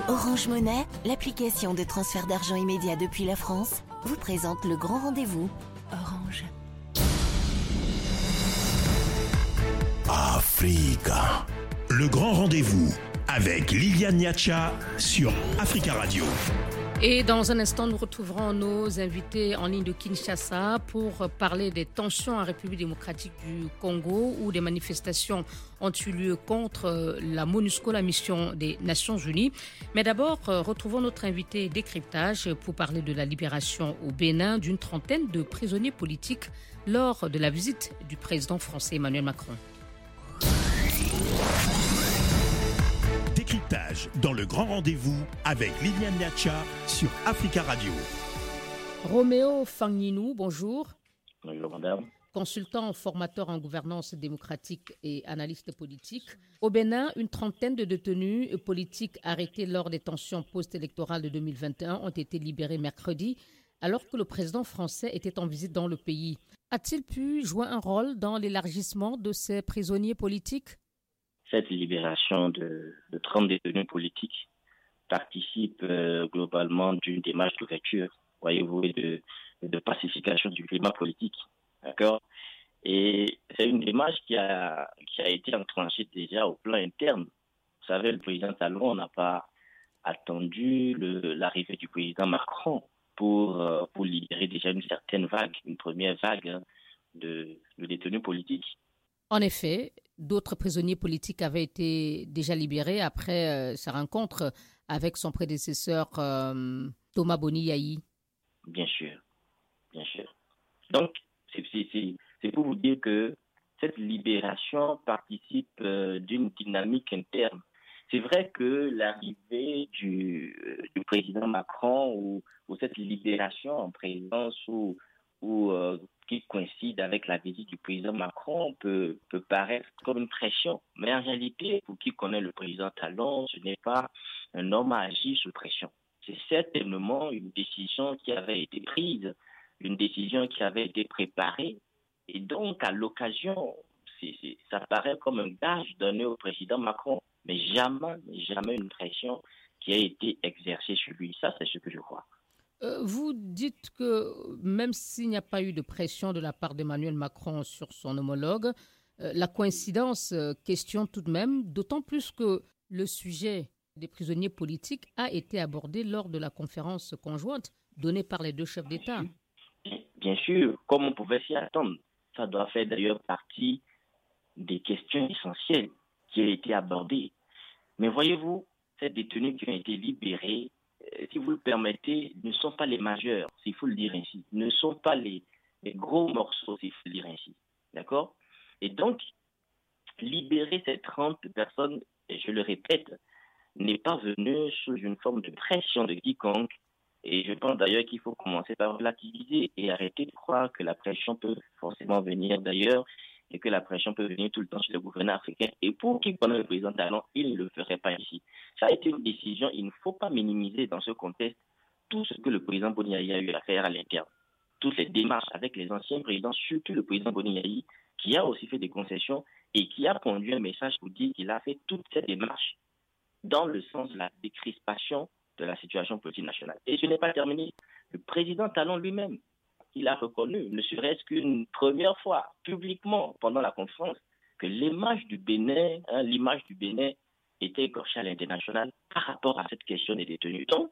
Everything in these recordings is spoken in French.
Orange Monnaie, l'application de transfert d'argent immédiat depuis la France, vous présente le grand rendez-vous. Orange. Africa. Le grand rendez-vous avec Liliane Niacha sur Africa Radio. Et dans un instant, nous retrouverons nos invités en ligne de Kinshasa pour parler des tensions en République démocratique du Congo où des manifestations ont eu lieu contre la MONUSCO, la mission des Nations Unies. Mais d'abord, retrouvons notre invité décryptage pour parler de la libération au Bénin d'une trentaine de prisonniers politiques lors de la visite du président français Emmanuel Macron. Décryptage dans le grand rendez-vous avec Liliane Niacha sur Africa Radio. Roméo Fangninou, bonjour. Bonjour madame. Consultant, formateur en gouvernance démocratique et analyste politique. Au Bénin, une trentaine de détenus politiques arrêtés lors des tensions post-électorales de 2021 ont été libérés mercredi, alors que le président français était en visite dans le pays. A-t-il pu jouer un rôle dans l'élargissement de ces prisonniers politiques ? Cette libération de 30 détenus politiques participe globalement d'une démarche d'ouverture, voyez-vous, et de pacification du climat politique. D'accord ? Et c'est une démarche qui a été enclenchée déjà au plan interne. Vous savez, le président Talon n'a pas attendu l'arrivée du président Macron pour libérer déjà une certaine vague, une première vague de détenus politiques. En effet, d'autres prisonniers politiques avaient été déjà libérés après sa rencontre avec son prédécesseur Thomas Boni Yayi. Bien sûr, bien sûr. Donc, c'est pour vous dire que cette libération participe d'une dynamique interne. C'est vrai que l'arrivée du président Macron ou cette libération en présence ou qui coïncide avec la visite du président Macron peut paraître comme une pression. Mais en réalité, pour qui connaît le président Talon, ce n'est pas un homme à agir sous pression. C'est certainement une décision qui avait été prise, une décision qui avait été préparée. Et donc, à l'occasion, ça paraît comme un gage donné au président Macron. Mais jamais une pression qui a été exercée sur lui. Ça, c'est ce que je crois. Vous dites que même s'il n'y a pas eu de pression de la part d'Emmanuel Macron sur son homologue, la coïncidence questionne tout de même, d'autant plus que le sujet des prisonniers politiques a été abordé lors de la conférence conjointe donnée par les deux chefs d'État. Bien sûr, comme on pouvait s'y attendre. Ça doit faire d'ailleurs partie des questions essentielles qui ont été abordées. Mais voyez-vous, ces détenus qui ont été libérés, si vous le permettez, ne sont pas les majeurs, s'il faut le dire ainsi. Ne sont pas les gros morceaux, s'il faut le dire ainsi. D'accord ? Et donc, libérer ces 30 personnes, et je le répète, n'est pas venu sous une forme de pression de quiconque. Et je pense d'ailleurs qu'il faut commencer par relativiser et arrêter de croire que la pression peut forcément venir d'ailleurs et que la pression peut venir tout le temps sur le gouvernement africain. Et pour qui connaît le président Talon, il ne le ferait pas ici. Ça a été une décision, il ne faut pas minimiser dans ce contexte tout ce que le président Boni Yayi a eu à faire à l'interne. Toutes les démarches avec les anciens présidents, surtout le président Boni Yayi, qui a aussi fait des concessions et qui a conduit un message pour dire qu'il a fait toute cette démarche dans le sens de la décrispation de la situation politique nationale. Et ce n'est pas terminé. Le président Talon lui-même, il a reconnu, ne serait-ce qu'une première fois, publiquement, pendant la conférence, que l'image du Bénin était écorchée à l'international par rapport à cette question des détenus. Donc,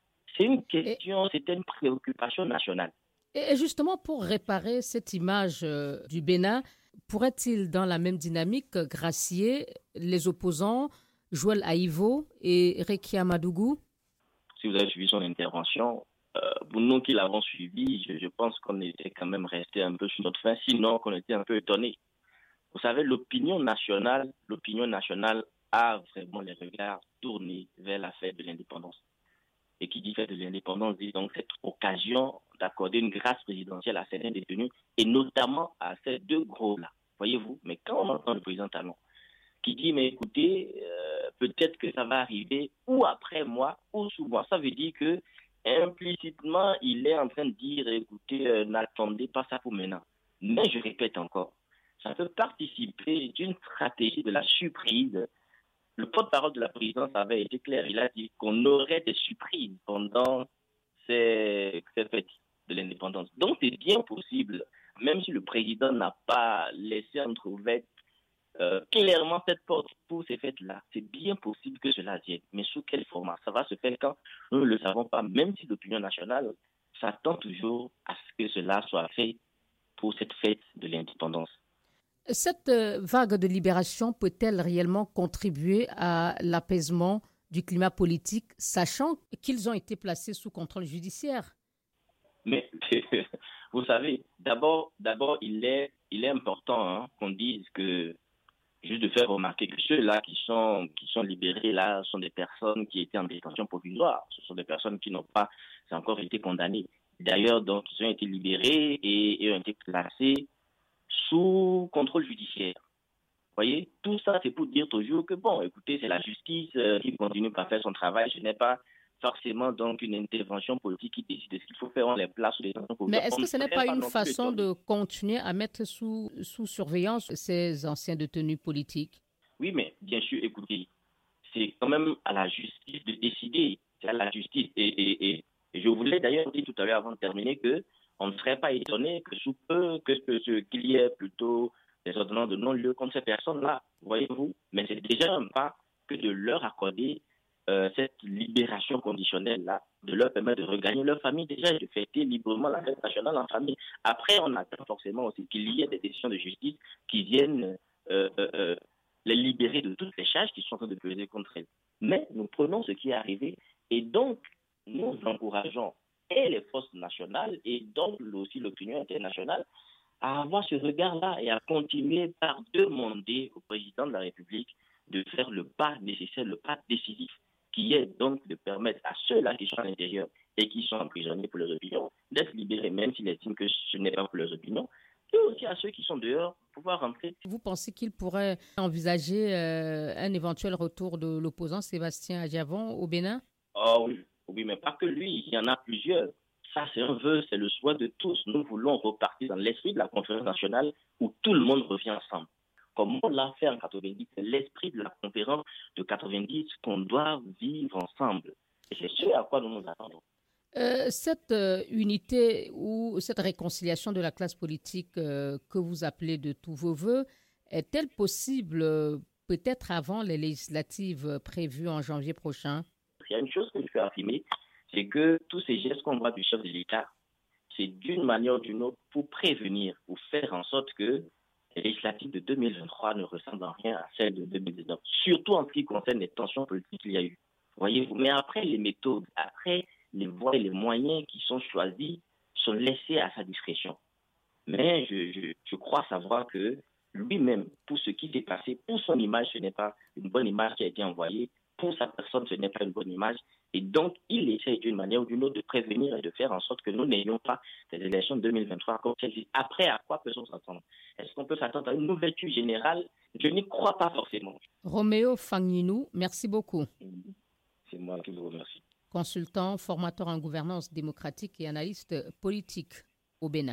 c'était une préoccupation nationale. Et justement, pour réparer cette image du Bénin, pourrait-il, dans la même dynamique, gracier les opposants Joël Aïvo et Rekia Madougou? Si vous avez suivi son intervention, pour nous qui l'avons suivi, je pense qu'on était quand même resté un peu sur notre faim, sinon qu'on était un peu étonnés. Vous savez, l'opinion nationale a vraiment les regards tournés vers la fête de l'indépendance. Et qui dit fête de l'indépendance dit donc cette occasion d'accorder une grâce présidentielle à certains détenus, et notamment à ces deux gros-là. Voyez-vous, mais quand on entend le président Talon, qui dit, mais écoutez, peut-être que ça va arriver ou après moi ou sous moi. Ça veut dire que implicitement, il est en train de dire, écoutez, n'attendez pas ça pour maintenant. Mais je répète encore, ça peut participer d'une stratégie de la surprise Le porte-parole de la présidence avait été clair. Il a dit qu'on aurait des surprises pendant ces fêtes de l'indépendance. Donc, c'est bien possible, même si le président n'a pas laissé entrouverte clairement cette porte pour ces fêtes-là, c'est bien possible que cela vienne. Mais sous quel format? Ça va se faire quand? Nous ne le savons pas, même si l'opinion nationale s'attend toujours à ce que cela soit fait pour cette fête de l'indépendance. Cette vague de libération peut-elle réellement contribuer à l'apaisement du climat politique, sachant qu'ils ont été placés sous contrôle judiciaire? Mais vous savez, d'abord, il est important qu'on dise que, juste de faire remarquer que ceux-là qui sont libérés là sont des personnes qui étaient en détention provisoire. Ce sont des personnes qui n'ont pas encore été condamnées. D'ailleurs, donc, ils ont été libérés et ont été placés sous contrôle judiciaire. Vous voyez, tout ça, c'est pour dire toujours que, bon, écoutez, c'est la justice qui continue par faire son travail. Ce n'est pas forcément donc une intervention politique qui décide de ce qu'il faut faire. On les place sous détention provisoire. Mais est-ce que ce n'est pas une façon de continuer à mettre sous surveillance ces anciens détenus politiques? Oui, mais bien sûr, écoutez, c'est quand même à la justice de décider. C'est à la justice. Et je voulais d'ailleurs dire tout à l'heure avant de terminer que on ne serait pas étonné que sous peu qu'il y ait plutôt des ordonnances de non-lieu contre ces personnes-là, voyez-vous. Mais c'est déjà un pas que de leur accorder cette libération conditionnelle-là, de leur permettre de regagner leur famille déjà et de fêter librement la fête nationale en famille. Après, on attend forcément aussi qu'il y ait des décisions de justice qui viennent les libérer de toutes les charges qui sont en train de peser contre elles. Mais nous prenons ce qui est arrivé et donc nous encourageons et les forces nationales et donc aussi l'opinion internationale à avoir ce regard-là et à continuer par demander au président de la République de faire le pas nécessaire, le pas décisif, qui est donc de permettre à ceux-là qui sont à l'intérieur et qui sont emprisonnés pour leurs opinions d'être libérés, même s'ils estiment que ce n'est pas pour leurs opinions, et aussi à ceux qui sont dehors pouvoir rentrer. Vous pensez qu'il pourrait envisager un éventuel retour de l'opposant Sébastien Adjavon au Bénin? Oh oui, mais pas que lui, il y en a plusieurs. Ça, c'est un vœu, c'est le souhait de tous. Nous voulons repartir dans l'esprit de la conférence nationale où tout le monde revient ensemble. Comme on l'a fait en 90, c'est l'esprit de la conférence de 90 qu'on doit vivre ensemble. Et c'est ce à quoi nous nous attendons. Cette unité ou cette réconciliation de la classe politique que vous appelez de tous vos voeux, est-elle possible peut-être avant les législatives prévues en janvier prochain? Il y a une chose que je peux affirmer, c'est que tous ces gestes qu'on voit du chef de l'État, c'est d'une manière ou d'une autre pour prévenir, pour faire en sorte que les législatives de 2023 ne ressemblent en rien à celles de 2019, surtout en ce qui concerne les tensions politiques qu'il y a eu. Voyez-vous, mais après les méthodes, après les voies et les moyens qui sont choisis sont laissés à sa discrétion. Mais je crois savoir que lui-même, pour ce qui s'est passé, pour son image, ce n'est pas une bonne image qui a été envoyée. Pour sa personne, ce n'est pas une bonne image. Et donc, il essaie d'une manière ou d'une autre de prévenir et de faire en sorte que nous n'ayons pas des élections de 2023 comme celle-ci. Après, à quoi peut-on s'attendre? Est-ce qu'on peut s'attendre à une ouverture générale? Je n'y crois pas forcément. Roméo Fagninou, merci beaucoup. C'est moi qui vous remercie. Consultant, formateur en gouvernance démocratique et analyste politique au Bénin.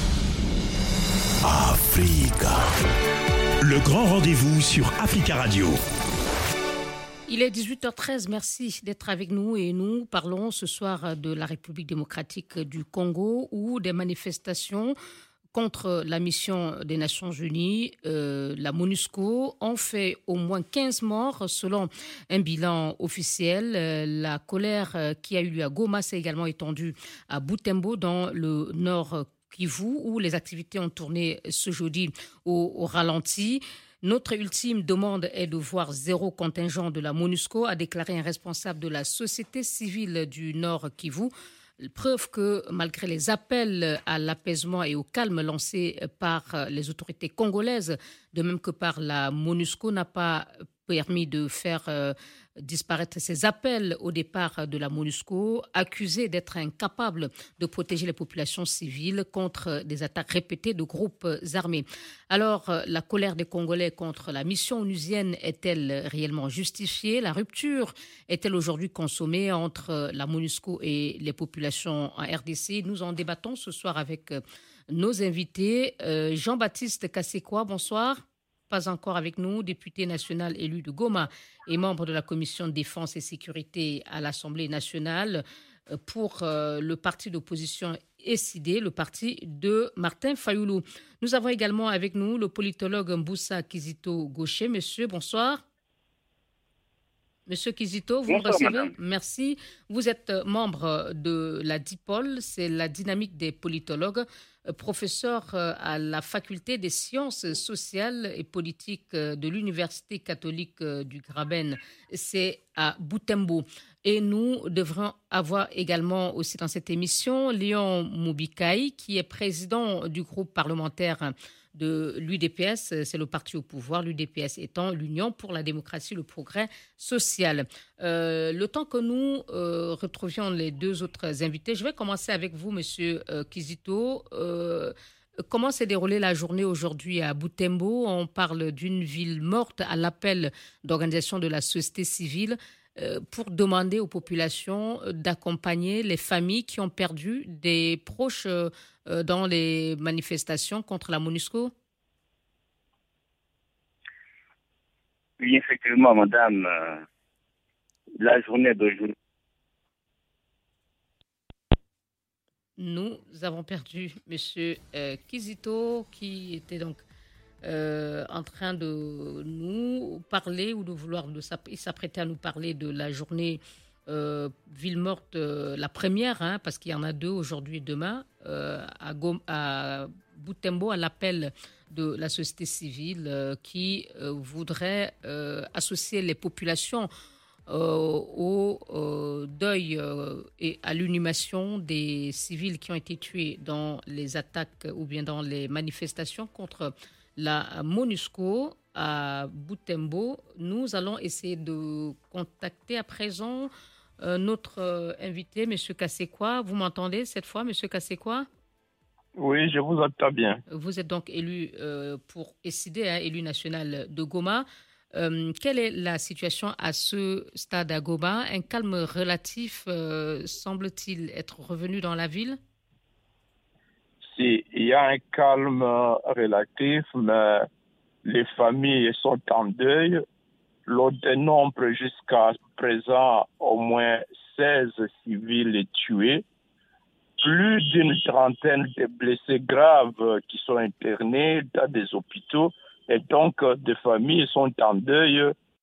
Africa. Le grand rendez-vous sur Africa Radio. Il est 18h13, merci d'être avec nous et nous parlons ce soir de la République démocratique du Congo où des manifestations contre la mission des Nations Unies, la MONUSCO, ont fait au moins 15 morts selon un bilan officiel. La colère qui a eu lieu à Goma s'est également étendue à Butembo dans le nord Kivu où les activités ont tourné ce jeudi au ralenti. Notre ultime demande est de voir zéro contingent de la MONUSCO, a déclaré un responsable de la société civile du Nord Kivu. Preuve que malgré les appels à l'apaisement et au calme lancés par les autorités congolaises, de même que par la MONUSCO, n'a pas permis de faire disparaître ces appels au départ de la MONUSCO, accusée d'être incapable de protéger les populations civiles contre des attaques répétées de groupes armés. Alors, la colère des Congolais contre la mission onusienne est-elle réellement justifiée? La rupture est-elle aujourd'hui consommée entre la MONUSCO et les populations en RDC? Nous en débattons ce soir avec nos invités. Jean-Baptiste Kassekwa, bonsoir. pas encore avec nous, député national élu de Goma et membre de la commission de défense et sécurité à l'Assemblée nationale pour le parti d'opposition SID, le parti de Martin Fayoulou. Nous avons également avec nous le politologue Mboussa Kizito Gaucher. Monsieur, bonsoir. Monsieur Kizito, vous me recevez? Madame. Merci. Vous êtes membre de la DIPOL, c'est la dynamique des politologues, professeur à la faculté des sciences sociales et politiques de l'Université catholique du Graben. C'est à Butembo. Et nous devrons avoir également aussi dans cette émission Léon Moubikaï, qui est président du groupe parlementaire de l'UDPS, c'est le parti au pouvoir, l'UDPS étant l'Union pour la démocratie et le progrès social. Le temps que nous retrouvions les deux autres invités, je vais commencer avec vous, Monsieur Kizito. Comment s'est déroulée la journée aujourd'hui à Butembo? On parle d'une ville morte à l'appel d'organisations de la société civile pour demander aux populations d'accompagner les familles qui ont perdu des proches dans les manifestations contre la MONUSCO? Oui, effectivement, madame. La journée d'aujourd'hui. Nous avons perdu M. Kizito, qui était donc en train de nous parler ou de vouloir s'apprêter à nous parler de la journée ville morte, la première, parce qu'il y en a deux aujourd'hui et demain, à Butembo, à l'appel de la société civile qui voudrait associer les populations au deuil et à l'inhumation des civils qui ont été tués dans les attaques ou bien dans les manifestations contre la MONUSCO à Butembo. Nous allons essayer de contacter à présent notre invité, M. Kasekwa. Vous m'entendez cette fois, M. Kasekwa? Oui, je vous entends bien. Vous êtes donc élu pour SID, élu national de Goma. Quelle est la situation à ce stade à Goma? Un calme relatif semble-t-il être revenu dans la ville? Si, il y a un calme relatif, mais les familles sont en deuil. L'on dénombre jusqu'à présent au moins 16 civils tués, plus d'une trentaine de blessés graves qui sont internés dans des hôpitaux. Et donc, des familles sont en deuil.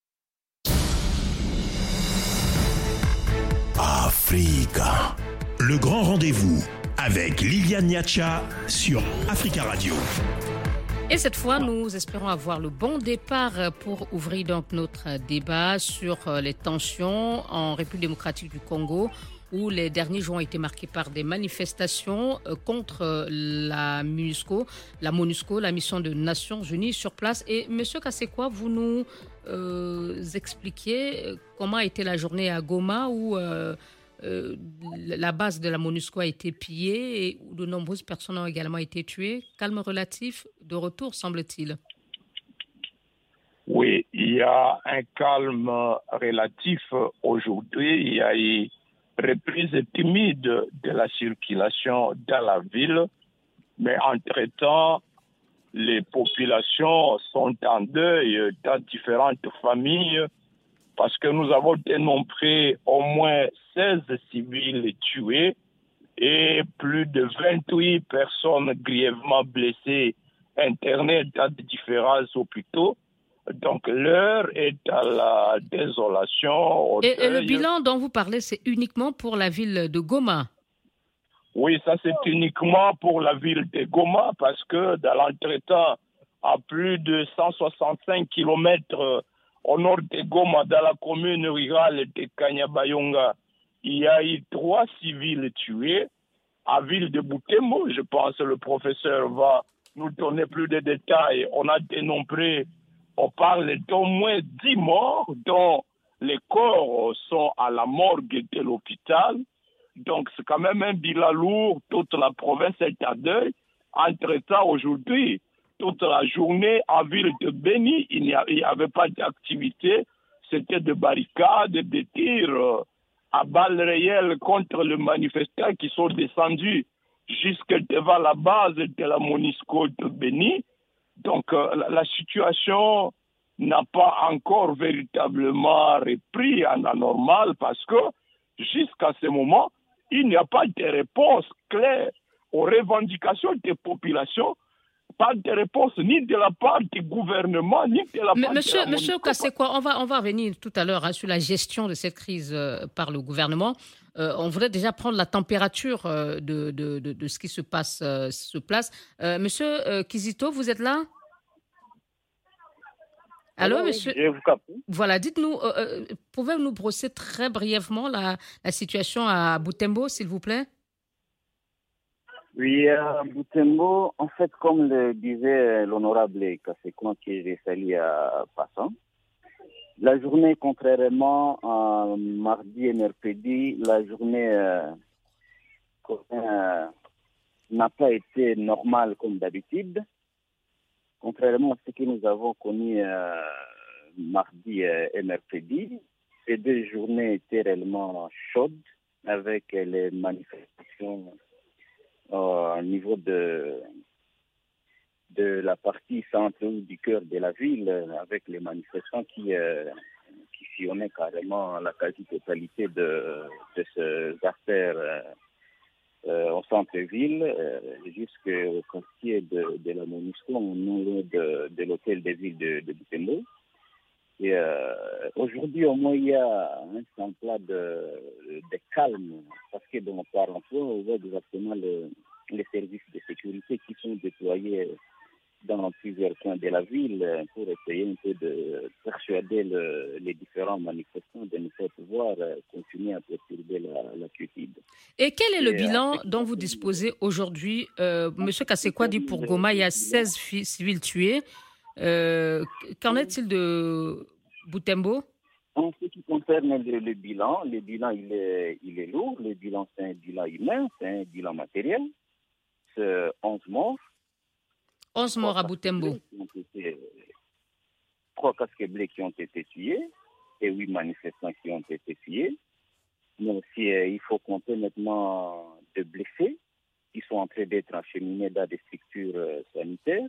Africa. Le grand rendez-vous avec Liliane Niacha sur Africa Radio. Et cette fois, nous espérons avoir le bon départ pour ouvrir donc notre débat sur les tensions en République démocratique du Congo, où les derniers jours ont été marqués par des manifestations contre la MONUSCO, la mission de Nations Unies sur place. Et M. Kasekwa, vous nous expliquiez comment a été la journée à Goma, où la base de la MONUSCO a été pillée et où de nombreuses personnes ont également été tuées. Calme relatif de retour, semble-t-il. Oui, il y a un calme relatif aujourd'hui. Il y a eu reprise timide de la circulation dans la ville, mais entre-temps, les populations sont en deuil dans différentes familles parce que nous avons dénombré au moins 16 civils tués et plus de 28 personnes grièvement blessées internées dans différents hôpitaux. Donc, l'heure est à la désolation. Et le bilan dont vous parlez, c'est uniquement pour la ville de Goma? Oui, ça c'est uniquement pour la ville de Goma parce que dans l'entretemps, à plus de 165 kilomètres au nord de Goma, dans la commune rurale de Kanyabayonga, il y a eu 3 civils tués. À ville de Butembo, je pense que le professeur va nous donner plus de détails. On a dénombré, on parle d'au moins 10 morts, dont les corps sont à la morgue de l'hôpital. Donc, c'est quand même un bilan lourd. Toute la province est à deuil. Entre-temps, aujourd'hui, toute la journée, en ville de Beni, il n'y avait pas d'activité. C'était des barricades, des tirs à balles réelles contre les manifestants qui sont descendus jusque devant la base de la MONUSCO de Beni. Donc la situation n'a pas encore véritablement repris à la normale parce que jusqu'à ce moment, il n'y a pas de réponse claire aux revendications des populations, pas de réponse ni de la part du gouvernement, ni de la part de la Monsieur Kassekwa, on va revenir tout à l'heure sur la gestion de cette crise par le gouvernement. On voudrait déjà prendre la température de ce qui se passe sur place. Monsieur Kizito, vous êtes là? Allô, monsieur? Je vous capte. Voilà, dites-nous, pouvez-vous nous brosser très brièvement la situation à Butembo, s'il vous plaît? Oui, à Butembo, en fait, comme le disait l'honorable Kassekwa, qui je salue à passant, la journée, contrairement à mardi et mercredi, la journée n'a pas été normale comme d'habitude. Contrairement à ce que nous avons connu mardi et mercredi, ces deux journées étaient réellement chaudes avec les manifestations au niveau de la partie centre ou du cœur de la ville, avec les manifestants qui sillonnaient carrément la quasi-totalité de ces affaires au centre-ville, jusqu'au quartier de la MONUSCO, au nom de l'hôtel de ville de Butembo. Et aujourd'hui, au moins, il y a un semblant de calme, parce que dans notre emploi, on voit exactement les services de sécurité qui sont déployés dans plusieurs coins de la ville pour essayer un peu de persuader les différents manifestants de ne pas pouvoir continuer à perturber la quiétude. Et quel est le bilan dont vous disposez aujourd'hui? Monsieur Kassekwa dit pour Goma, il y a 16 civils tués. Qu'en est-il de Butembo? En ce qui concerne le bilan il est lourd. Le bilan, c'est un bilan humain, c'est un bilan matériel. C'est 11 morts. 11 morts à Butembo. 3 casques bleus qui ont été tués et 8 manifestants qui ont été tués. Mais aussi, il faut compter maintenant de blessés qui sont en train d'être acheminés dans des structures sanitaires.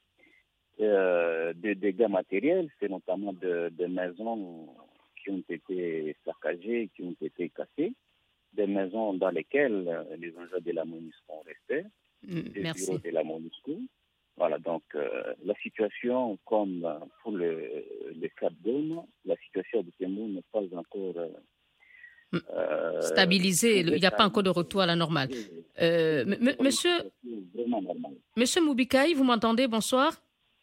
De dégâts matériels, c'est notamment de maisons qui ont été saccagées, qui ont été cassées, des maisons dans lesquelles les engins de la MONUSCO sont restés, des bureaux de la MONUSCO. Voilà, donc la situation, comme pour le cas de Goma, la situation à Butembo n'est pas encore stabilisée. Il n'y a pas encore de retour à la normale. Monsieur Moubikaï, vous m'entendez? Bonsoir.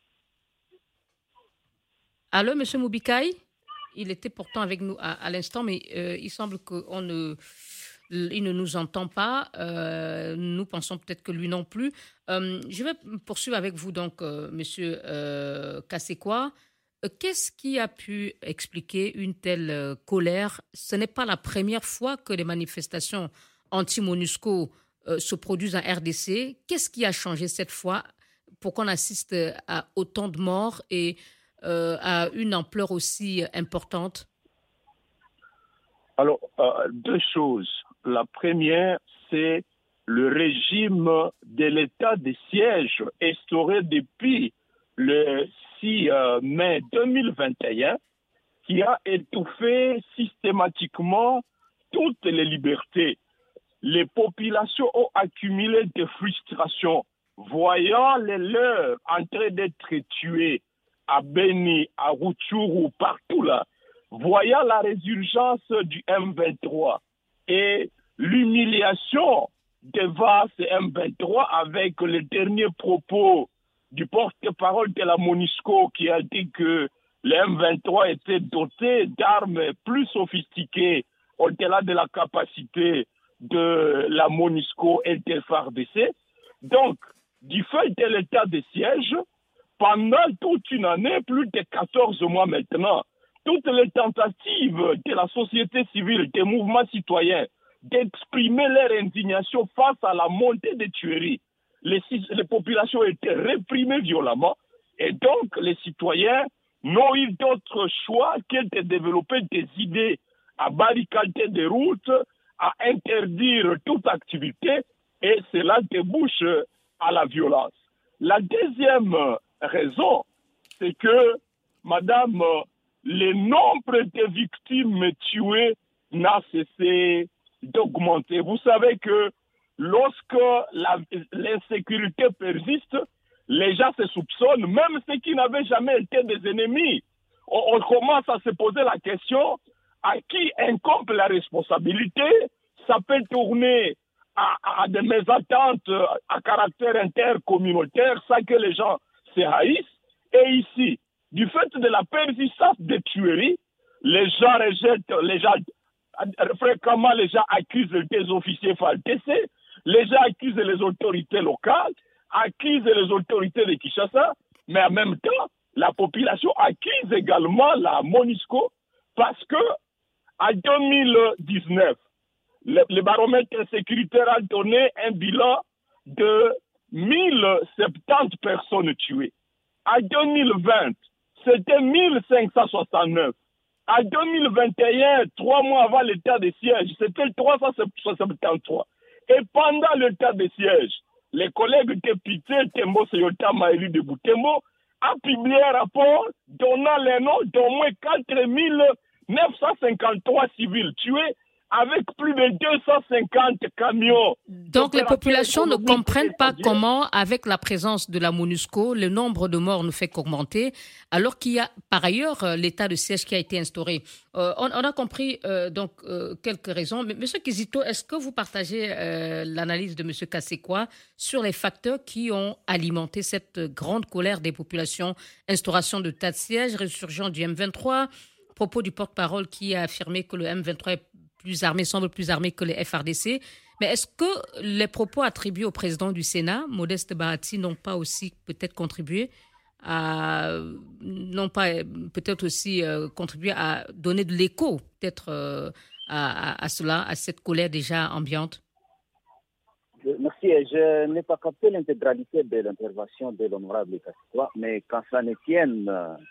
Allô, monsieur Moubikaï? Il était pourtant avec nous à l'instant, mais il semble il ne nous entend pas. Nous pensons peut-être que lui non plus. Je vais poursuivre avec vous, donc, monsieur Kassekwa. Qu'est-ce qui a pu expliquer une telle colère? Ce n'est pas la première fois que les manifestations anti-MONUSCO se produisent en RDC. Qu'est-ce qui a changé cette fois pour qu'on assiste à autant de morts et à une ampleur aussi importante? Alors, deux choses. La première, c'est le régime de l'état de siège instauré depuis le 6 mai 2021 qui a étouffé systématiquement toutes les libertés. Les populations ont accumulé des frustrations, voyant les leurs en train d'être tués à Beni, à Rutshuru, partout là, voyant la résurgence du M23 et l'humiliation devant ce M23 avec les derniers propos du porte-parole de la MONUSCO qui a dit que le M23 était doté d'armes plus sophistiquées au-delà de la capacité de la MONUSCO et de FARDC. Donc, du fait de l'état de siège, pendant toute une année, plus de 14 mois maintenant, toutes les tentatives de la société civile, des mouvements citoyens, d'exprimer leur indignation face à la montée des tueries, les populations étaient réprimées violemment et donc les citoyens n'ont eu d'autre choix que de développer des idées à barricader des routes, à interdire toute activité et cela débouche à la violence. La deuxième raison, c'est que, madame, le nombre de victimes tuées n'a cessé d'augmenter. Vous savez que lorsque l'insécurité persiste, les gens se soupçonnent, même ceux qui n'avaient jamais été des ennemis. On commence à se poser la question à qui incombe la responsabilité. Ça peut tourner à des mésententes à caractère intercommunautaire sans que les gens se haïssent. Et ici, du fait de la persistance des tueries, les gens fréquemment les gens accusent des officiers FARDC, les gens accusent les autorités locales, accusent les autorités de Kinshasa, mais en même temps, la population accuse également la MONUSCO parce que en 2019, le baromètre sécuritaire a donné un bilan de 1070 personnes tuées. En 2020, c'était 1569. En 2021, 3 mois avant l'état de siège, c'était 373. Et pendant l'état de siège, les collègues députés Tembo Seyota Maëli de Boutembo a publié un rapport donnant les noms d'au moins 4953 civils tués avec plus de 250 camions. Donc les populations ne comprennent pas comment, avec la présence de la MONUSCO, le nombre de morts ne fait qu'augmenter, alors qu'il y a par ailleurs l'état de siège qui a été instauré. On a compris quelques raisons. Mais M. Kizito, est-ce que vous partagez l'analyse de M. Kassekwa sur les facteurs qui ont alimenté cette grande colère des populations? Instauration de l'état de siège, résurgence du M23, propos du porte-parole qui a affirmé que le M23 semble plus armé que les FARDC. Mais est-ce que les propos attribués au président du Sénat, Modeste Bahati, n'ont pas aussi peut-être contribué à donner de l'écho peut-être à cela, à cette colère déjà ambiante? Merci. Je n'ai pas capté l'intégralité de l'intervention de l'honorable Kassekwa, mais quand ça ne tienne,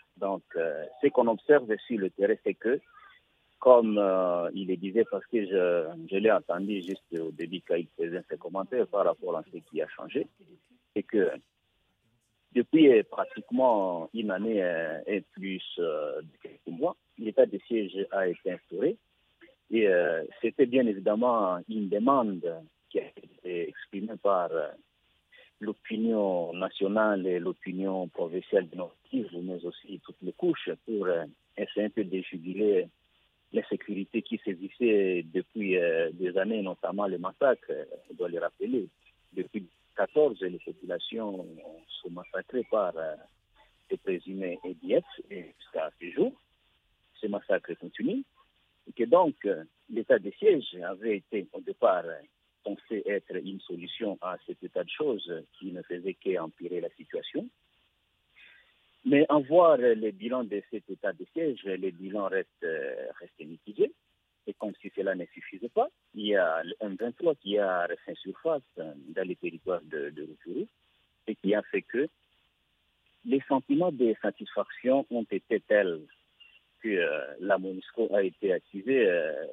ce qu'on observe sur le terrain, c'est que comme il le disait, parce que je l'ai entendu juste au début quand il faisait ses commentaires par rapport à ce qui a changé, c'est que depuis pratiquement une année et plus de quelques mois, l'état de siège a été instauré et c'était bien évidemment une demande qui a été exprimée par l'opinion nationale et l'opinion provinciale de notre pays, mais aussi toutes les couches pour essayer un peu de juguler l'insécurité qui sévissait depuis des années, notamment le massacre, on doit le rappeler. Depuis 2014, les populations sont massacrées par des présumés EDF et jusqu'à ce jour, ce massacre continue. Et que donc, l'état de siège avait été au départ censé être une solution à cet état de choses qui ne faisait qu'empirer la situation. Mais en voir le bilan de cet état de siège, le bilan reste mitigé. Et comme si cela ne suffisait pas, il y a le M23 qui a refait surface dans les territoires de Rutshuru et qui a fait que les sentiments de satisfaction ont été tels que la MONUSCO a été accusée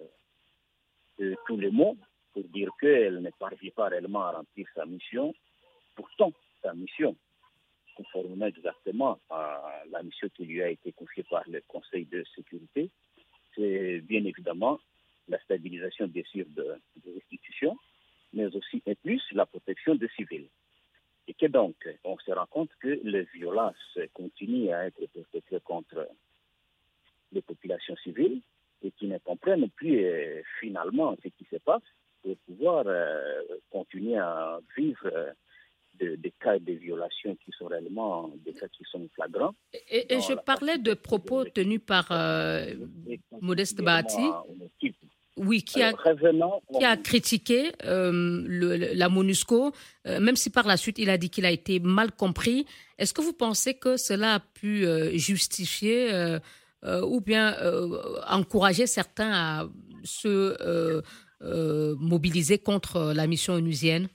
de tous les mots pour dire qu'elle ne parvient pas réellement à remplir sa mission. Pourtant, sa mission, conformément exactement à la mission qui lui a été confiée par le Conseil de sécurité, c'est bien évidemment la stabilisation des institutions, mais aussi et plus la protection des civils. Et que donc, on se rend compte que les violences continuent à être perpétrées contre les populations civiles et qui ne comprennent plus finalement ce qui se passe pour pouvoir continuer à vivre des cas de violation qui sont réellement des cas qui sont flagrants. Et je parlais de propos tenus par Modeste Bahati, oui, qui a critiqué la MONUSCO, même si par la suite il a dit qu'il a été mal compris. Est-ce que vous pensez que cela a pu justifier ou bien encourager certains à se mobiliser contre la mission onusienne?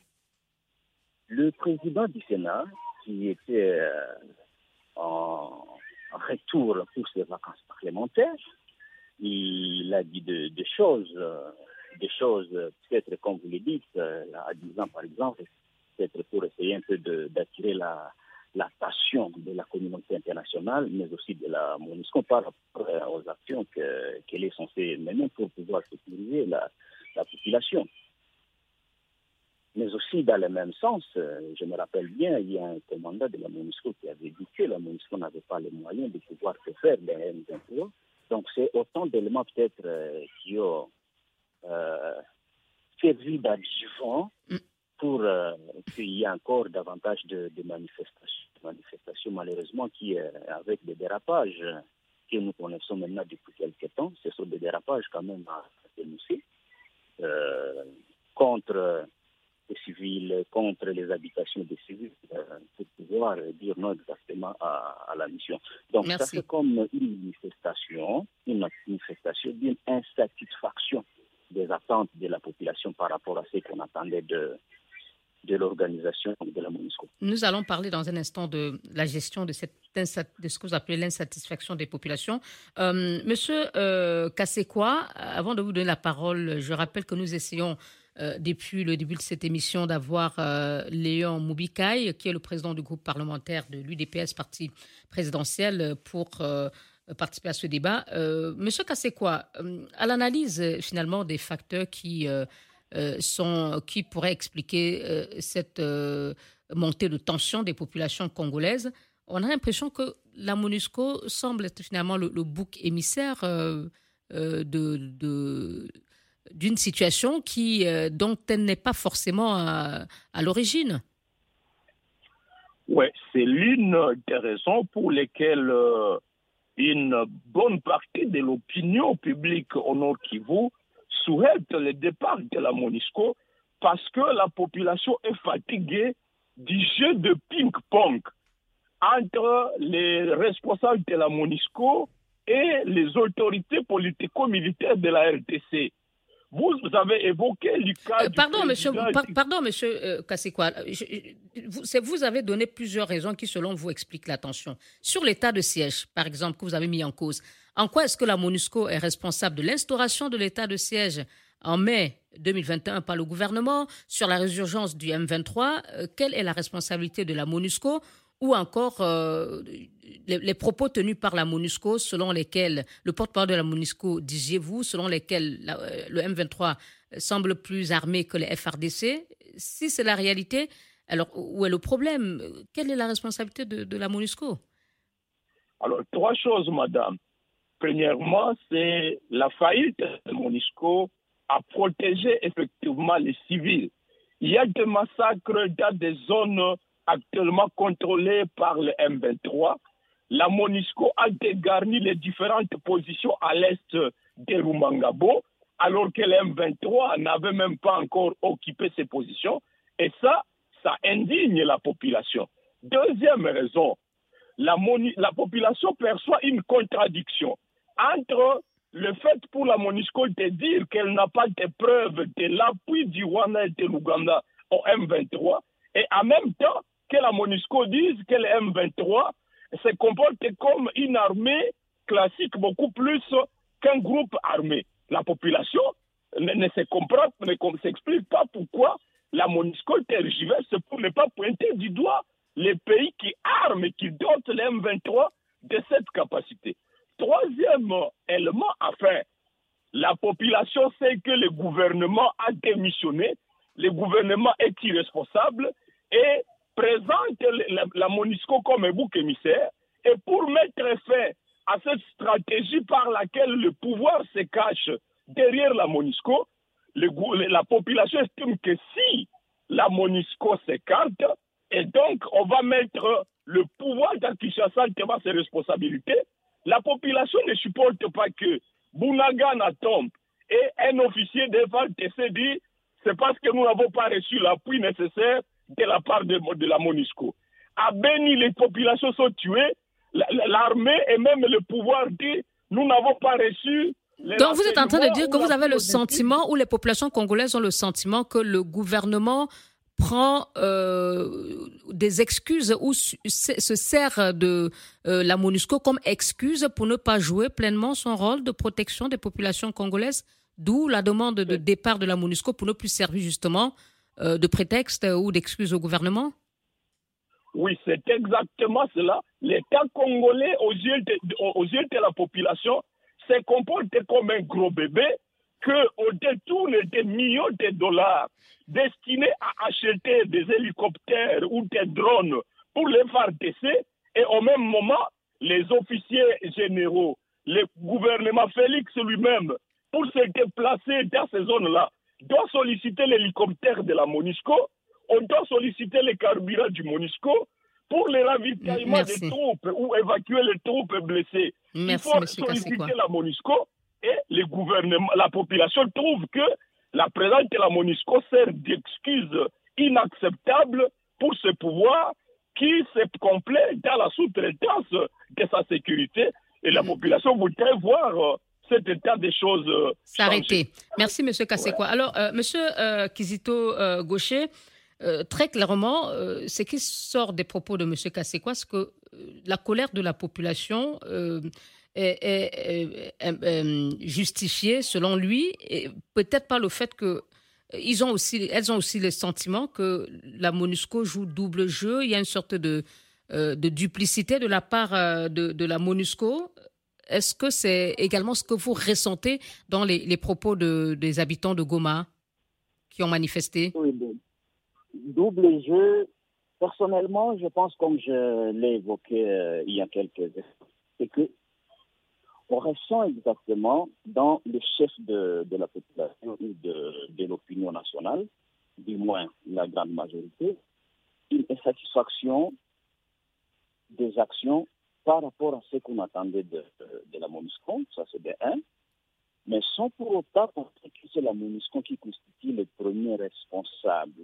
Le président du Sénat, qui était en retour pour ses vacances parlementaires, il a dit des choses peut-être comme vous le dites, à 10 ans par exemple, peut-être pour essayer un peu d'attirer la passion de la communauté internationale, mais aussi de la MONUSCO par rapport aux actions qu'elle est censée mener pour pouvoir sécuriser la population. Mais aussi, dans le même sens, je me rappelle bien, il y a un commandant de la MONUSCO qui avait dit que la MONUSCO n'avait pas les moyens de pouvoir se faire des M23. Donc, c'est autant d'éléments peut-être qui ont servi d'adjuvant pour qu'il y ait encore davantage de manifestations, malheureusement, qui, avec des dérapages que nous connaissons maintenant depuis quelques temps, ce sont des dérapages quand même à dénoncer contre les civils, contre les habitations des civils, pour pouvoir dire non exactement à la mission. Donc, ça c'est comme une manifestation d'une insatisfaction des attentes de la population par rapport à ce qu'on attendait de l'organisation de la MONUSCO. Nous allons parler dans un instant de la gestion de ce que vous appelez l'insatisfaction des populations. Monsieur Kassekwa, avant de vous donner la parole, je rappelle que nous essayons depuis le début de cette émission d'avoir Léon Moubikaï, qui est le président du groupe parlementaire de l'UDPS, parti présidentiel, pour participer à ce débat. Monsieur Kassekwa, à l'analyse finalement des facteurs qui pourraient expliquer cette montée de tension des populations congolaises, on a l'impression que la MONUSCO semble être finalement le bouc émissaire d'une situation dont elle n'est pas forcément à l'origine. Oui, c'est l'une des raisons pour lesquelles une bonne partie de l'opinion publique au Nord Kivu souhaite le départ de la MONUSCO parce que la population est fatiguée du jeu de ping-pong entre les responsables de la MONUSCO et les autorités politico-militaires de la RDC. Vous avez évoqué le cas Pardon, monsieur Kassekwa. Vous avez donné plusieurs raisons qui, selon vous, expliquent la tension. Sur l'état de siège, par exemple, que vous avez mis en cause, en quoi est-ce que la MONUSCO est responsable de l'instauration de l'état de siège en mai 2021 par le gouvernement? Sur la résurgence du M23, quelle est la responsabilité de la MONUSCO? Ou encore les propos tenus par la MONUSCO, selon lesquels, le porte-parole de la MONUSCO, disiez-vous, selon lesquels le M23 semble plus armé que les FARDC. Si c'est la réalité, alors où est le problème? Quelle est la responsabilité de la MONUSCO? Alors, trois choses, madame. Premièrement, c'est la faillite de la MONUSCO à protéger effectivement les civils. Il y a des massacres dans des zones actuellement contrôlée par le M23. La MONUSCO a dégarni les différentes positions à l'est de Rumangabo, alors que le M23 n'avait même pas encore occupé ces positions. Et ça indigne la population. Deuxième raison, la population perçoit une contradiction entre le fait pour la MONUSCO de dire qu'elle n'a pas de preuves de l'appui du Rwanda et de l'Ouganda au M23, et en même temps que la MONUSCO dise que le M23 se comporte comme une armée classique, beaucoup plus qu'un groupe armé. La population ne s'explique pas pourquoi la MONUSCO tergiverse pour ne pas pointer du doigt les pays qui arment et qui dotent le M23 de cette capacité. Troisième élément, enfin, la population sait que le gouvernement a démissionné, le gouvernement est irresponsable et présente la MONUSCO comme un bouc émissaire. Et pour mettre fin à cette stratégie par laquelle le pouvoir se cache derrière la MONUSCO, la population estime que si la MONUSCO s'écarte, et donc on va mettre le pouvoir dans Kinshasa devant ses responsabilités, la population ne supporte pas que Bunagana tombe et un officier de FARDC dit c'est parce que nous n'avons pas reçu l'appui nécessaire de la part de la MONUSCO. À Beni, les populations sont tuées, l'armée et même le pouvoir dit nous n'avons pas reçu. Donc vous êtes en train de dire que vous avez le sentiment, ou les populations congolaises ont le sentiment que le gouvernement prend des excuses ou se sert de la MONUSCO comme excuse pour ne pas jouer pleinement son rôle de protection des populations congolaises, d'où la demande de départ de la MONUSCO pour ne plus servir justement de prétexte ou d'excuse au gouvernement? Oui, c'est exactement cela. L'État congolais, aux yeux de la population, se comporte comme un gros bébé qu'on détourne des millions de dollars destinés à acheter des hélicoptères ou des drones pour les FARDC, et au même moment, les officiers généraux, le gouvernement Félix lui-même, pour se déplacer dans ces zones-là, doit solliciter l'hélicoptère de la MONUSCO, on doit solliciter les carburants du MONUSCO pour le ravitaillement des troupes ou évacuer les troupes blessées. Il faut solliciter la MONUSCO et le gouvernement, la population trouve que la présence de la MONUSCO sert d'excuse inacceptable pour ce pouvoir qui se complaît dans la sous-traitance de sa sécurité, et la population voudrait voir cet état des choses s'arrêter. Merci, M. Kasekwa. Ouais. Alors, M. Kizito Gaucher, très clairement, ce qui sort des propos de M. Kasekwa, c'est que la colère de la population est justifiée, selon lui, et peut-être par le fait que elles ont aussi le sentiment que la MONUSCO joue double jeu. Il y a une sorte de duplicité de la part de la MONUSCO. Est-ce que c'est également ce que vous ressentez dans les propos des habitants de Goma qui ont manifesté? Oui, double jeu. Personnellement, je pense, comme je l'ai évoqué il y a quelques instants, c'est que on ressent exactement dans le chef de la population ou de l'opinion nationale, du moins la grande majorité, une insatisfaction des actions par rapport à ce qu'on attendait de la MONUSCO, ça c'est de un, mais sans pour autant penser que c'est la MONUSCO qui constitue le premier responsable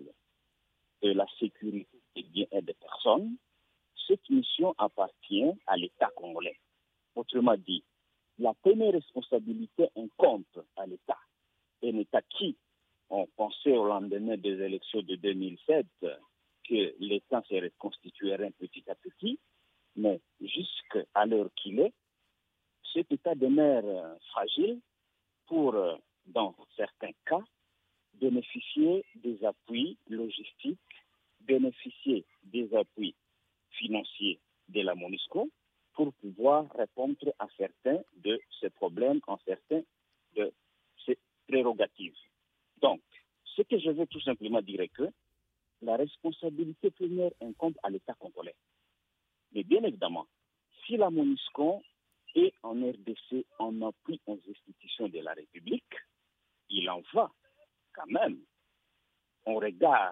de la sécurité des biens et des personnes. Cette mission appartient à l'État congolais. Autrement dit, la première responsabilité incombe à l'État. Un État qui, on pensait au lendemain des élections de 2007 que l'État se reconstituerait petit à petit, mais jusqu'à l'heure qu'il est, cet État demeure fragile pour, dans certains cas, bénéficier des appuis logistiques, bénéficier des appuis financiers de la MONUSCO pour pouvoir répondre à certains de ces problèmes, en certains de ces prérogatives. Donc, ce que je veux tout simplement dire est que la responsabilité première incombe à l'État congolais. Mais bien évidemment, si la MONUSCO est en RDC en appui aux institutions de la République, il en va quand même, au regard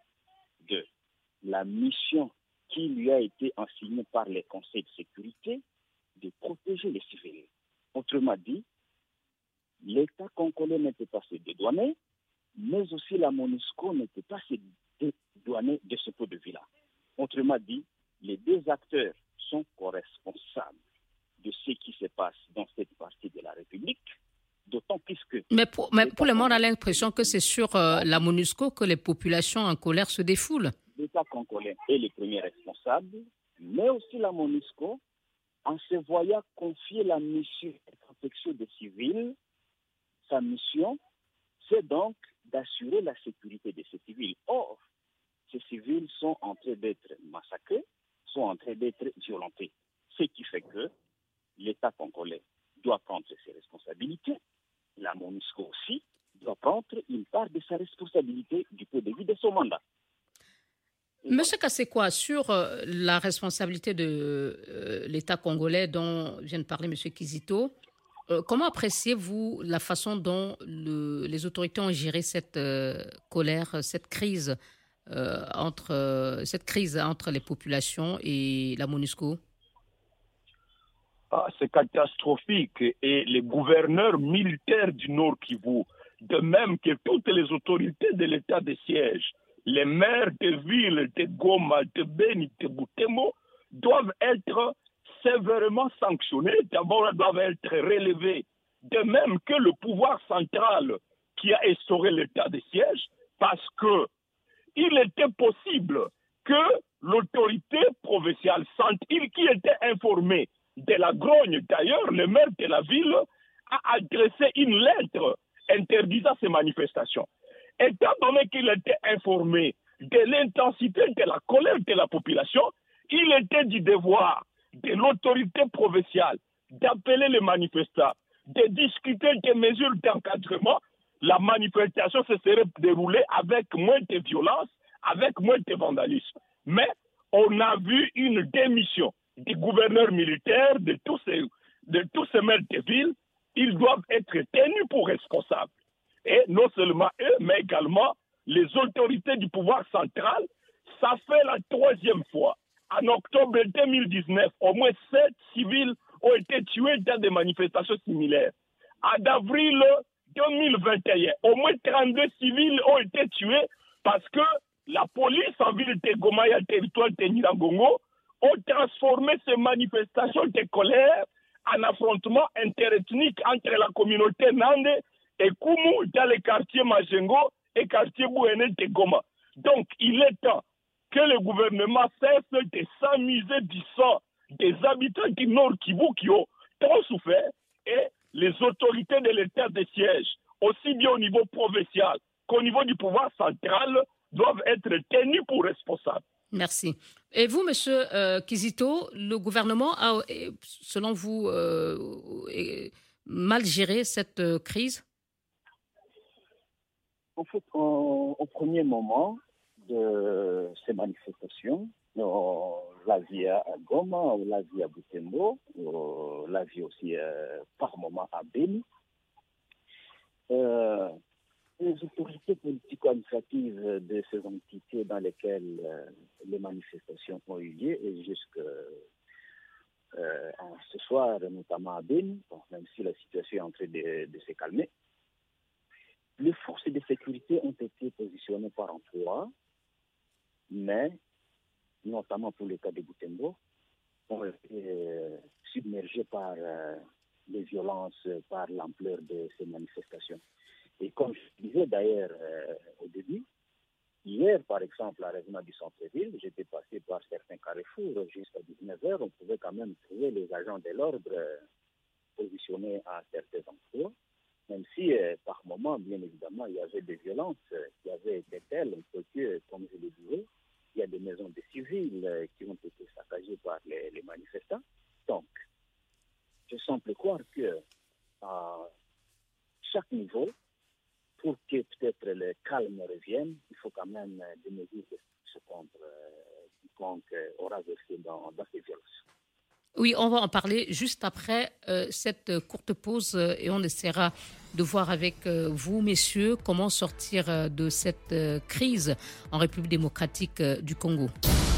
de la mission qui lui a été assignée par les conseils de sécurité, de protéger les civils. Autrement dit, l'État congolais ne peut pas se dédouaner, mais aussi la MONUSCO ne peut pas se dédouaner de ce point de vue-là. Autrement dit, les deux acteurs sont co-responsables de ce qui se passe dans cette partie de la République, d'autant plus que... Mais pour le monde, on a l'impression que c'est sur la MONUSCO que les populations en colère se défoulent. L'État congolais est le premier responsable, mais aussi la MONUSCO, en se voyant confier la mission de protection des civils, sa mission, c'est donc d'assurer la sécurité de ces civils. Or, ces civils sont en train d'être massacrés, sont en train d'être violentés. Ce qui fait que l'État congolais doit prendre ses responsabilités, la MONUSCO aussi doit prendre une part de sa responsabilité du point de vue de son mandat. Monsieur Kasekwa, sur la responsabilité de l'État congolais dont vient de parler Monsieur Kizito, comment appréciez-vous la façon dont les autorités ont géré cette colère, cette crise entre les populations et la MONUSCO? C'est catastrophique, et les gouverneurs militaires du Nord Kivu, de même que toutes les autorités de l'état de siège, les maires de villes de Goma, de Beni, de Butembo, doivent être sévèrement sanctionnés, d'abord doivent être relevés, de même que le pouvoir central qui a instauré l'état de siège, parce que il était possible que l'autorité provinciale, qui était informée de la grogne, d'ailleurs, le maire de la ville a adressé une lettre interdisant ces manifestations. Étant donné qu'il était informé de l'intensité de la colère de la population, il était du devoir de l'autorité provinciale d'appeler les manifestants, de discuter des mesures d'encadrement. La manifestation se serait déroulée avec moins de violence, avec moins de vandalisme. Mais on a vu une démission des gouverneurs militaires, de tous ces maires de ville. Ils doivent être tenus pour responsables. Et non seulement eux, mais également les autorités du pouvoir central. Ça fait la 3e fois. En octobre 2019, au moins 7 civils ont été tués dans des manifestations similaires. En avril 2021, au moins 32 civils ont été tués parce que la police en ville de Goma et en territoire de Nyiragongo ont transformé ces manifestations de colère en affrontement interethnique entre la communauté Nande et Kumu dans les quartiers Majengo et quartier Bouéné de Goma. Donc, il est temps que le gouvernement cesse de s'amuser du sang des habitants du Nord Kivu qui ont trop souffert et les autorités de l'état de siège, aussi bien au niveau provincial qu'au niveau du pouvoir central, doivent être tenus pour responsables. Merci. Et vous, Monsieur Kizito, le gouvernement a, selon vous, mal géré cette crise? En fait, au premier moment de ces manifestations, on l'a vu à Goma, on l'a vu à Butembo, on l'a vu aussi par moment à Beni. Les autorités politico-administratives de ces entités dans lesquelles les manifestations ont eu lieu, et jusque ce soir, notamment à Beni, même si la situation est en train de se calmer, les forces de sécurité ont été positionnées par emploi, mais, notamment pour le cas de Butembo, ont été submergées par les violences, par l'ampleur de ces manifestations. Et comme je disais d'ailleurs au début, hier, par exemple, à Réveillon du centre-ville, j'étais passé par certains carrefours jusqu'à 19h, on pouvait quand même trouver les agents de l'ordre positionnés à certains endroits, même si par moment, bien évidemment, il y avait des violences qui avaient été telles que, comme je le disais, il y a des maisons de civils qui ont été saccagées par les manifestants. Donc, je semble croire que à chaque niveau, pour que peut-être le calme revienne, il faut quand même des mesures de ce contre quiconque aura versé dans ces violences. Oui, on va en parler juste après cette courte pause et on essaiera de voir avec vous, messieurs, comment sortir de cette crise en République démocratique du Congo.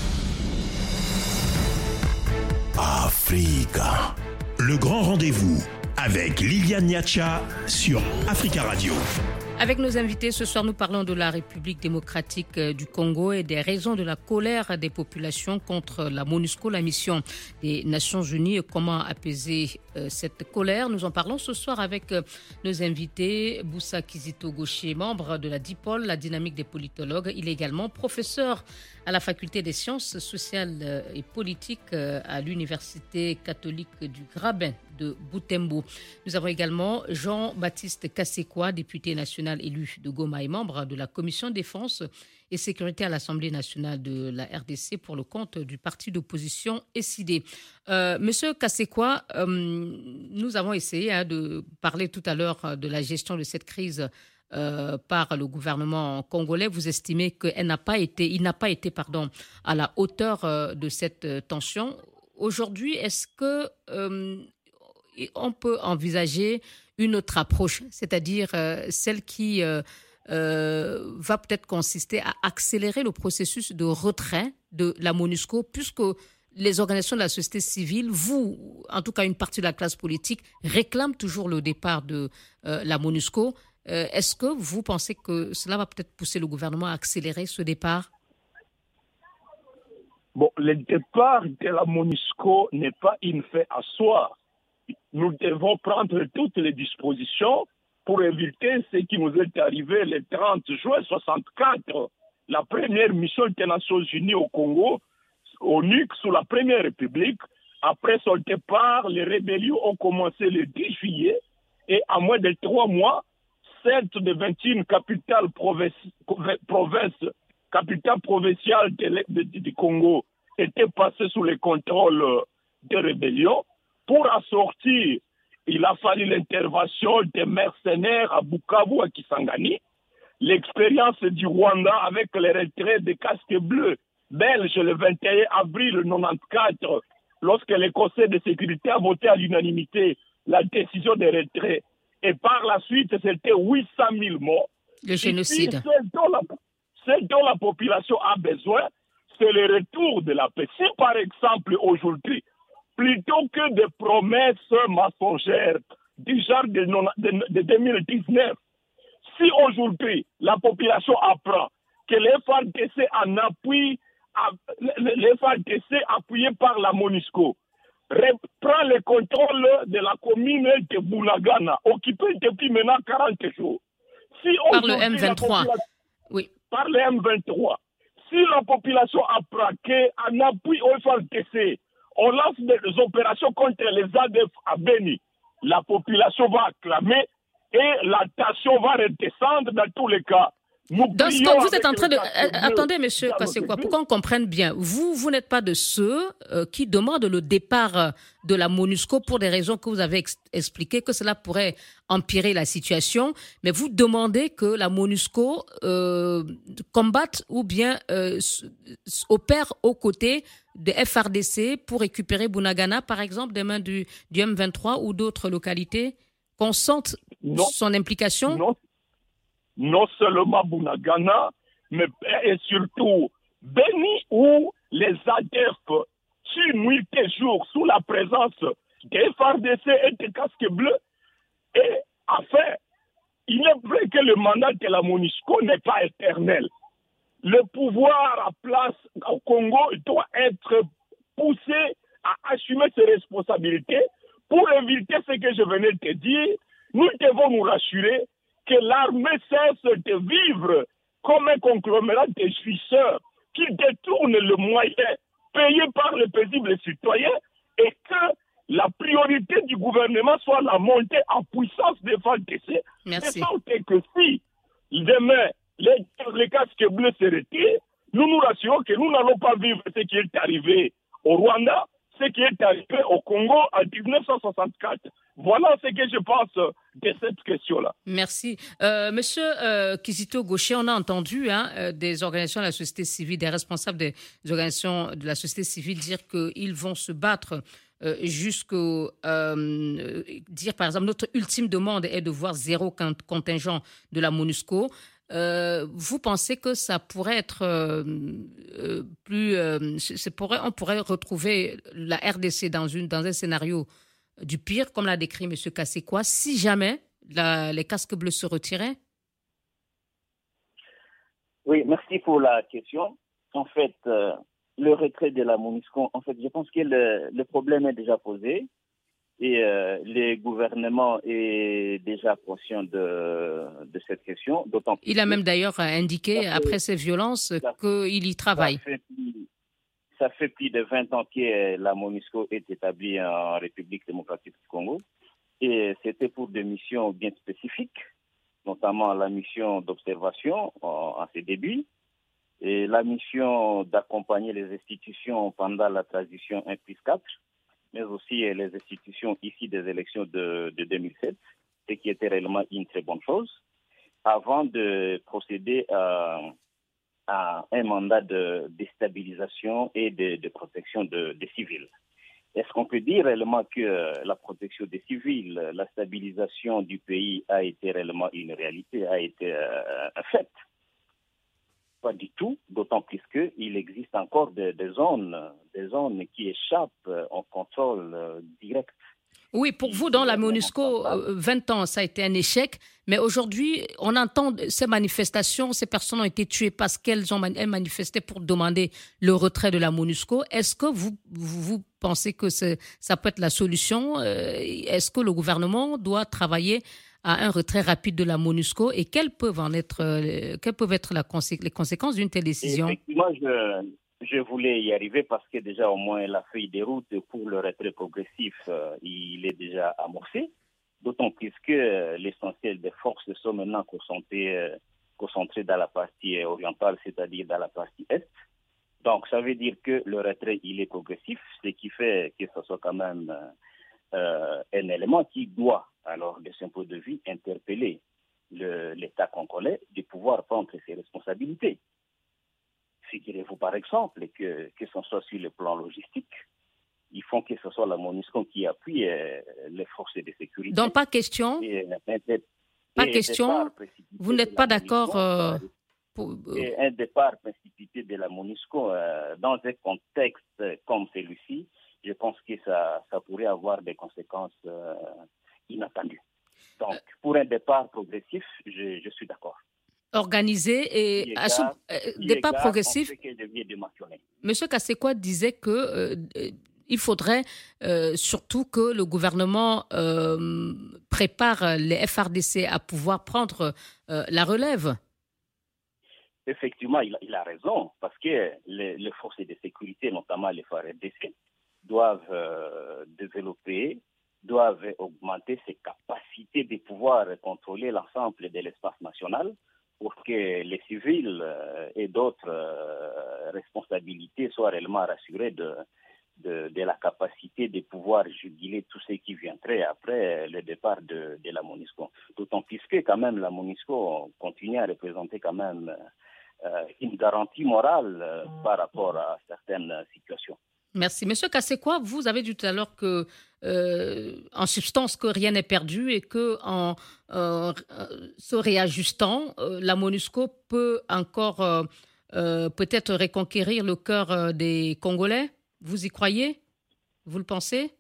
Africa, le grand rendez-vous avec Liliane Niacha sur Africa Radio. Avec nos invités, ce soir, nous parlons de la République démocratique du Congo et des raisons de la colère des populations contre la MONUSCO, la mission des Nations Unies, et comment apaiser cette colère. Nous en parlons ce soir avec nos invités. Boussa Kizito Gaucher, membre de la DIPOL, la dynamique des politologues. Il est également professeur à la faculté des sciences sociales et politiques à l'Université catholique du Graben de Butembo. Nous avons également Jean-Baptiste Kassekwa, député national élu de Goma et membre de la commission défense et sécurité à l'Assemblée nationale de la RDC pour le compte du parti d'opposition SID. Monsieur Kassekwa, nous avons essayé de parler tout à l'heure de la gestion de cette crise par le gouvernement congolais. Vous estimez qu'il n'a pas été à la hauteur de cette tension. Aujourd'hui, est-ce que on peut envisager une autre approche, c'est-à-dire celle qui va peut-être consister à accélérer le processus de retrait de la MONUSCO, puisque les organisations de la société civile, vous, en tout cas une partie de la classe politique, réclament toujours le départ de la MONUSCO. Est-ce que vous pensez que cela va peut-être pousser le gouvernement à accélérer ce départ? Bon, le départ de la MONUSCO n'est pas une fait à soi. Nous devons prendre toutes les dispositions pour éviter ce qui nous est arrivé le 30 juin 1964, la première mission des Nations Unies au Congo, au NUC, sous la Première République. Après son départ, les rébellions ont commencé le 10 juillet et en moins de 3 mois, 7 des 21 capitales provinces capitale provinciale du Congo était passée sous le contrôle des rébellions. Pour en sortir, il a fallu l'intervention des mercenaires à Bukavu, à Kisangani. L'expérience du Rwanda avec les retraits des casques bleus belges le 21 avril 1994, lorsque le Conseil de sécurité a voté à l'unanimité la décision de retrait. Et par la suite, c'était 800 000 morts. Le génocide. Ici, ce dont la population a besoin, c'est le retour de la paix. Si par exemple aujourd'hui, plutôt que des promesses mensongères du genre de 2019, si aujourd'hui la population apprend que les FARDC en appui, les FARDC appuyés par la MONUSCO, reprend le contrôle de la commune de Bunagana, occupée depuis maintenant 40 jours. Si par le M23. Oui. Par le M23. Si la population apprend qu'en appui au FARDC, on lance des opérations contre les ADF à Beni, la population va acclamer et la tension va redescendre dans tous les cas. Donc, vous êtes en train de... Attendez, monsieur Kassekwa, pour qu'on comprenne bien, vous n'êtes pas de ceux qui demandent le départ de la MONUSCO pour des raisons que vous avez expliquées, que cela pourrait empirer la situation, mais vous demandez que la MONUSCO combatte ou bien opère aux côtés des FARDC pour récupérer Bunagana, par exemple, des mains du M23 ou d'autres localités, qu'on sente son implication. Non seulement Bunagana, mais et surtout Beni, où les ADF tuent nuit et jour sous la présence des FARDC et des casques bleus. Et enfin, il est vrai que le mandat de la MONUSCO n'est pas éternel. Le pouvoir à place au Congo doit être poussé à assumer ses responsabilités pour éviter ce que je venais de te dire. Nous devons nous rassurer que l'armée cesse de vivre comme un conglomérat de jouisseurs qui détournent le moyen payé par les paisibles citoyens et que la priorité du gouvernement soit la montée en puissance des FARDC. Merci. De sorte que si demain les casques bleus se retirent, nous nous rassurons que nous n'allons pas vivre ce qui est arrivé au Rwanda, ce qui est arrivé au Congo en 1964. Voilà ce que je pense de cette question-là. Merci. Monsieur Kizito Gaucher, on a entendu des organisations de la société civile, des responsables des organisations de la société civile dire qu'ils vont se battre jusqu'au... dire, par exemple, notre ultime demande est de voir zéro contingent de la MONUSCO. Vous pensez que ça pourrait être on pourrait retrouver la RDC dans un scénario du pire, comme l'a décrit M. Kassekwa, si jamais les casques bleus se retiraient? Oui, merci pour la question. En fait, le retrait de la MONUSCO, en fait, je pense que le problème est déjà posé et le gouvernement est déjà conscient de cette question. D'autant Il a même d'ailleurs indiqué, après ces violences, qu'il y travaille. Ça fait plus de 20 ans que la MONUSCO est établie en République démocratique du Congo. Et c'était pour des missions bien spécifiques, notamment la mission d'observation en ses débuts, et la mission d'accompagner les institutions pendant la transition 1+4, mais aussi les institutions issues des élections de 2007, ce qui était réellement une très bonne chose, avant de procéder à un mandat de déstabilisation et de protection des civils. Est-ce qu'on peut dire réellement que la protection des civils, la stabilisation du pays a été réellement une réalité, a été un fait? Pas du tout, d'autant plus qu'il existe encore des zones qui échappent au contrôle direct. Oui, pour vous, dans la MONUSCO, 20 ans, ça a été un échec. Mais aujourd'hui, on entend ces manifestations, ces personnes ont été tuées parce qu'elles manifesté pour demander le retrait de la MONUSCO. Est-ce que vous pensez que ça peut être la solution? Est-ce que le gouvernement doit travailler à un retrait rapide de la MONUSCO? Et quelles peuvent être les conséquences d'une telle décision? Effectivement, je voulais y arriver parce que déjà au moins la feuille de route pour le retrait progressif, il est déjà amorcé. D'autant plus que l'essentiel des forces sont maintenant concentrées concentré dans la partie orientale, c'est-à-dire dans la partie est. Donc, ça veut dire que le retrait, il est progressif, ce qui fait que ce soit quand même un élément qui doit, alors, de son point de vue, interpeller l'État congolais de pouvoir prendre ses responsabilités. Figurez-vous, par exemple, que ce soit sur le plan logistique, il faut que ce soit la MONUSCO qui appuie les forces de sécurité. Donc, pas question. Pas question. Vous n'êtes pas d'accord et un départ précipité de la MONUSCO dans un contexte comme celui-ci, je pense que ça pourrait avoir des conséquences inattendues. Donc, pour un départ progressif, je suis d'accord. Organisé et à ce départ progressif. Monsieur Kassekwa disait que il faudrait surtout que le gouvernement prépare les FRDC à pouvoir prendre la relève. Effectivement, il a raison, parce que les forces de sécurité, notamment les FARDC, doivent développer, doivent augmenter ses capacités de pouvoir contrôler l'ensemble de l'espace national pour que les civils et d'autres responsabilités soient réellement rassurés de la capacité de pouvoir juguler tout ce qui viendrait après le départ de la MONUSCO. D'autant plus que quand même la MONUSCO continue à représenter quand même une garantie morale par rapport à certaines situations. Merci. Monsieur Kassekwa, vous avez dit tout à l'heure que, en substance, que rien n'est perdu et que en se réajustant, la MONUSCO peut encore peut-être reconquérir le cœur des Congolais. Vous y croyez? Vous le pensez?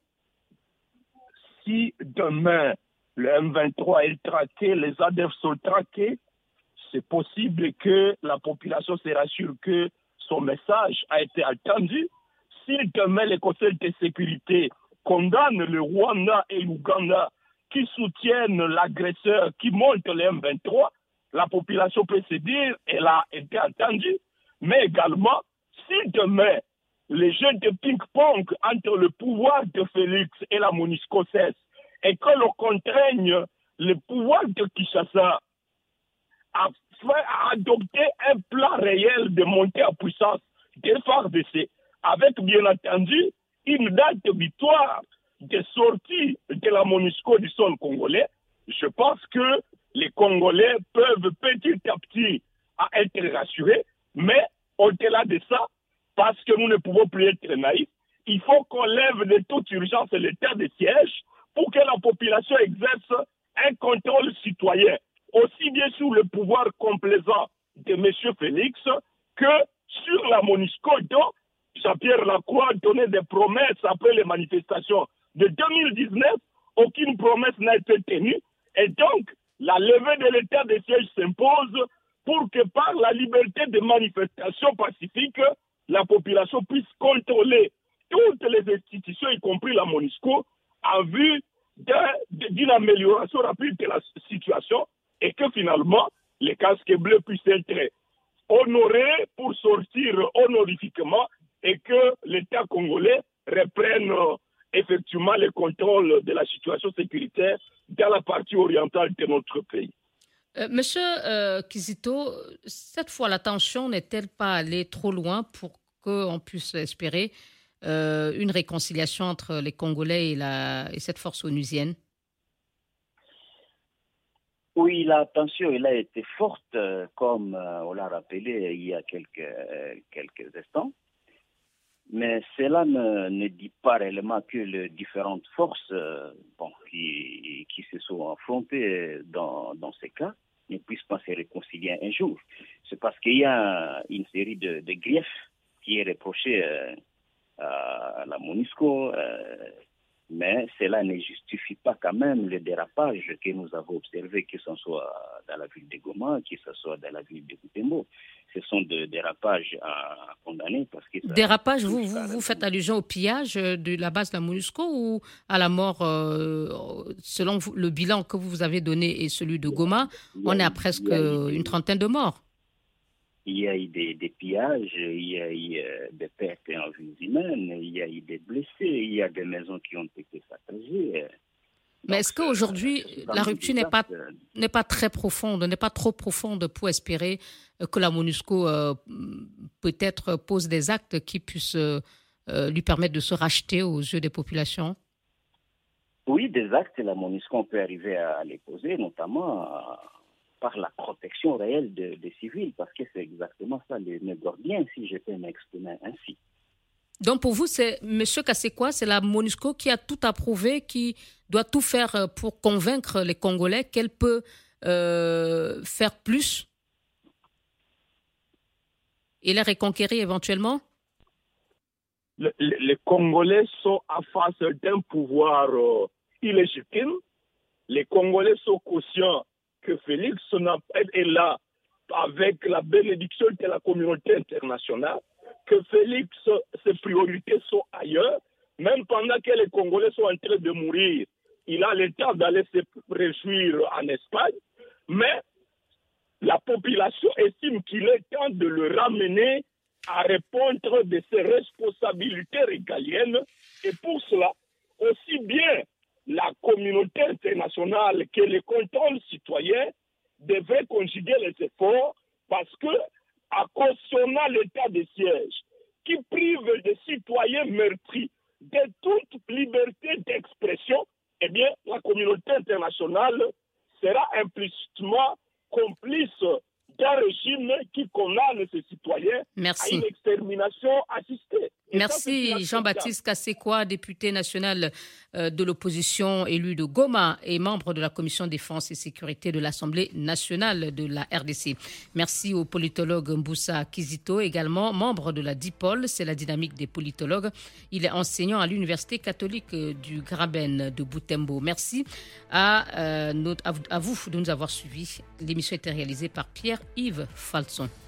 Si demain, le M23 est traqué, les ADF sont traqués, c'est possible que la population se rassure que son message a été entendu. Si demain les conseils de sécurité condamnent le Rwanda et l'Ouganda qui soutiennent l'agresseur qui monte le M23, la population peut se dire qu'elle a été entendue. Mais également, si demain les jeux de ping-pong entre le pouvoir de Félix et la MONUSCO cessent et que l'on contraigne le pouvoir de Kinshasa à adopter un plan réel de montée en puissance des FARDC, avec bien entendu une date de victoire de sortie de la MONUSCO du sol congolais, je pense que les Congolais peuvent petit à petit être rassurés, mais au-delà de ça, parce que nous ne pouvons plus être naïfs, il faut qu'on lève de toute urgence l'état de siège pour que la population exerce un contrôle citoyen, aussi bien sur le pouvoir complaisant de M. Félix que sur la MONUSCO, dont Jean-Pierre Lacroix donnait des promesses après les manifestations de 2019. Aucune promesse n'a été tenue. Et donc, la levée de l'état de siège s'impose pour que par la liberté de manifestation pacifique, la population puisse contrôler toutes les institutions, y compris la MONUSCO, en vue d'une amélioration rapide de la situation et que finalement, les casques bleus puissent être honorés pour sortir honorifiquement et que l'État congolais reprenne effectivement le contrôle de la situation sécuritaire dans la partie orientale de notre pays. Monsieur Kizito, cette fois, la tension n'est-elle pas allée trop loin pour qu'on puisse espérer une réconciliation entre les Congolais et cette force onusienne? Oui, la tension elle a été forte, comme on l'a rappelé il y a quelques instants. Mais cela ne dit pas réellement que les différentes forces qui se sont affrontées dans ces cas ne puissent pas se réconcilier un jour. C'est parce qu'il y a une série de griefs qui est reproché à la MONUSCO, mais cela ne justifie pas quand même le dérapage que nous avons observé, que ce soit dans la ville de Goma, que ce soit dans la ville de Butembo. Ce sont des dérapages à condamner. Dérapage, vous faites allusion au pillage de la base de la MONUSCO ou à la mort, selon le bilan que vous avez donné et celui de Goma, on est à presque une trentaine de morts. Il y a eu des pillages, il y a eu des pertes en vies humaines, il y a eu des blessés, il y a des maisons qui ont été saccagées. Mais est-ce qu'aujourd'hui, la rupture n'est pas très profonde, n'est pas trop profonde pour espérer que la MONUSCO peut-être pose des actes qui puissent lui permettre de se racheter aux yeux des populations? Oui, des actes, la MONUSCO peut arriver à les poser, notamment par la protection réelle des civils, parce que c'est exactement ça, les négordiens, si je peux m'exprimer ainsi. Donc pour vous, c'est M. Kassekwa, c'est la MONUSCO qui a tout approuvé, qui doit tout faire pour convaincre les Congolais qu'elle peut faire plus et les reconquérir éventuellement? Les Congolais sont en face d'un pouvoir illégitime. Les Congolais sont conscients que Félix est là avec la bénédiction de la communauté internationale, que Félix, ses priorités sont ailleurs. Même pendant que les Congolais sont en train de mourir, il a le temps d'aller se réjouir en Espagne. Mais la population estime qu'il est temps de le ramener à répondre de ses responsabilités régaliennes. Et pour cela, aussi bien la communauté internationale que les contrôles citoyens devraient conjuguer les efforts parce que, en cautionnant l'état de siège qui prive des citoyens meurtris de toute liberté d'expression, eh bien, la communauté internationale sera implicitement complice d'un régime qui condamne ses citoyens à une extermination assistée. Merci Jean-Baptiste Kassekwa, député national de l'opposition élu de Goma et membre de la commission défense et sécurité de l'Assemblée nationale de la RDC. Merci au politologue Mboussa Kizito, également membre de la DIPOL, c'est la dynamique des politologues. Il est enseignant à l'Université catholique du Graben de Butembo. Merci à vous de nous avoir suivis. L'émission a été réalisée par Pierre-Yves Falson.